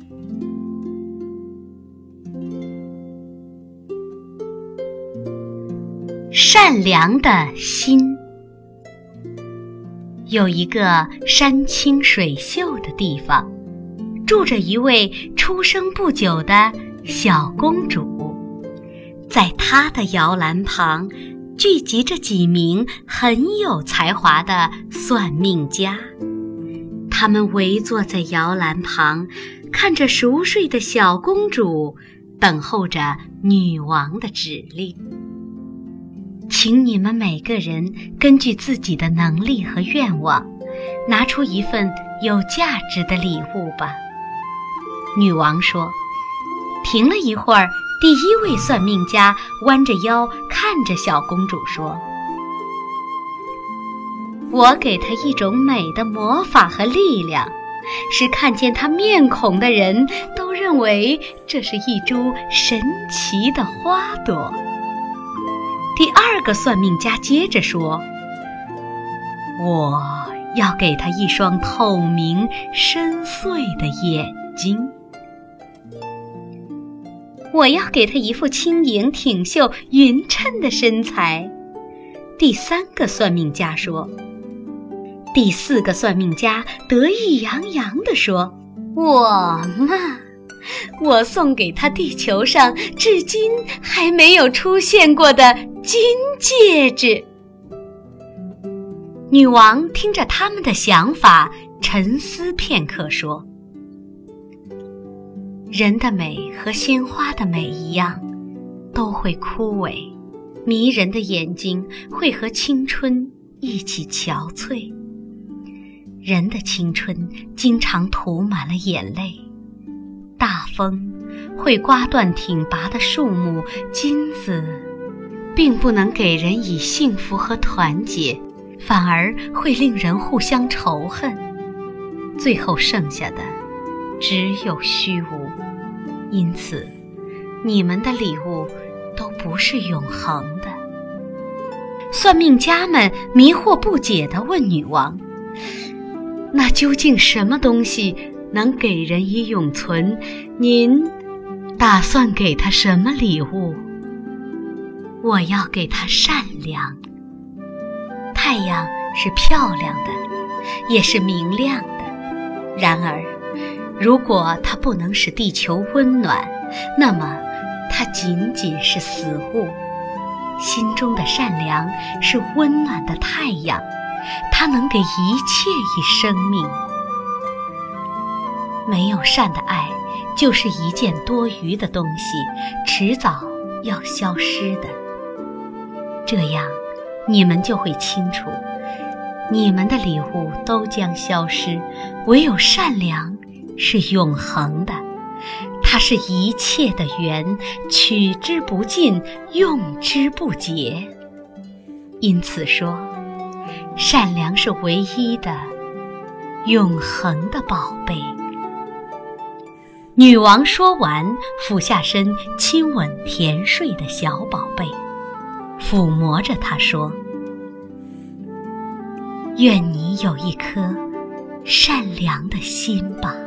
善良的心。有一个山清水秀的地方，住着一位出生不久的小公主。在她的摇篮旁，聚集着几名很有才华的算命家。他们围坐在摇篮旁，看着熟睡的小公主，等候着女王的指令。请你们每个人根据自己的能力和愿望，拿出一份有价值的礼物吧。女王说。停了一会儿，第一位算命家弯着腰看着小公主说：我给她一种美的魔法和力量，使看见她面孔的人都认为这是一株神奇的花朵。第二个算命家接着说：我要给她一双透明深邃的眼睛。我要给她一副轻盈挺秀匀称的身材。第三个算命家说。第四个算命家得意洋洋地说：我送给她地球上至今还没有出现过的金戒指。女王听着他们的想法，沉思片刻说：人的美和鲜花的美一样，都会枯萎，迷人的眼睛会和青春一起憔悴。人的青春经常涂满了眼泪，大风会刮断挺拔的树木，金子并不能给人以幸福和团结，反而会令人互相仇恨，最后剩下的只有虚无。因此，你们的礼物都不是永恒的。算命家们迷惑不解地问女王：那究竟什么东西能给人以永存？您打算给他什么礼物？我要给他善良。太阳是漂亮的，也是明亮的。然而，如果它不能使地球温暖，那么它仅仅是死物。心中的善良是温暖的太阳，它能给一切以生命。没有善的爱，就是一件多余的东西，迟早要消失的。这样，你们就会清楚，你们的礼物都将消失，唯有善良是永恒的，它是一切的源，取之不尽，用之不竭。因此说，善良是唯一的、永恒的宝贝。女王说完，俯下身亲吻甜睡的小宝贝，抚摸着它说：愿你有一颗善良的心吧。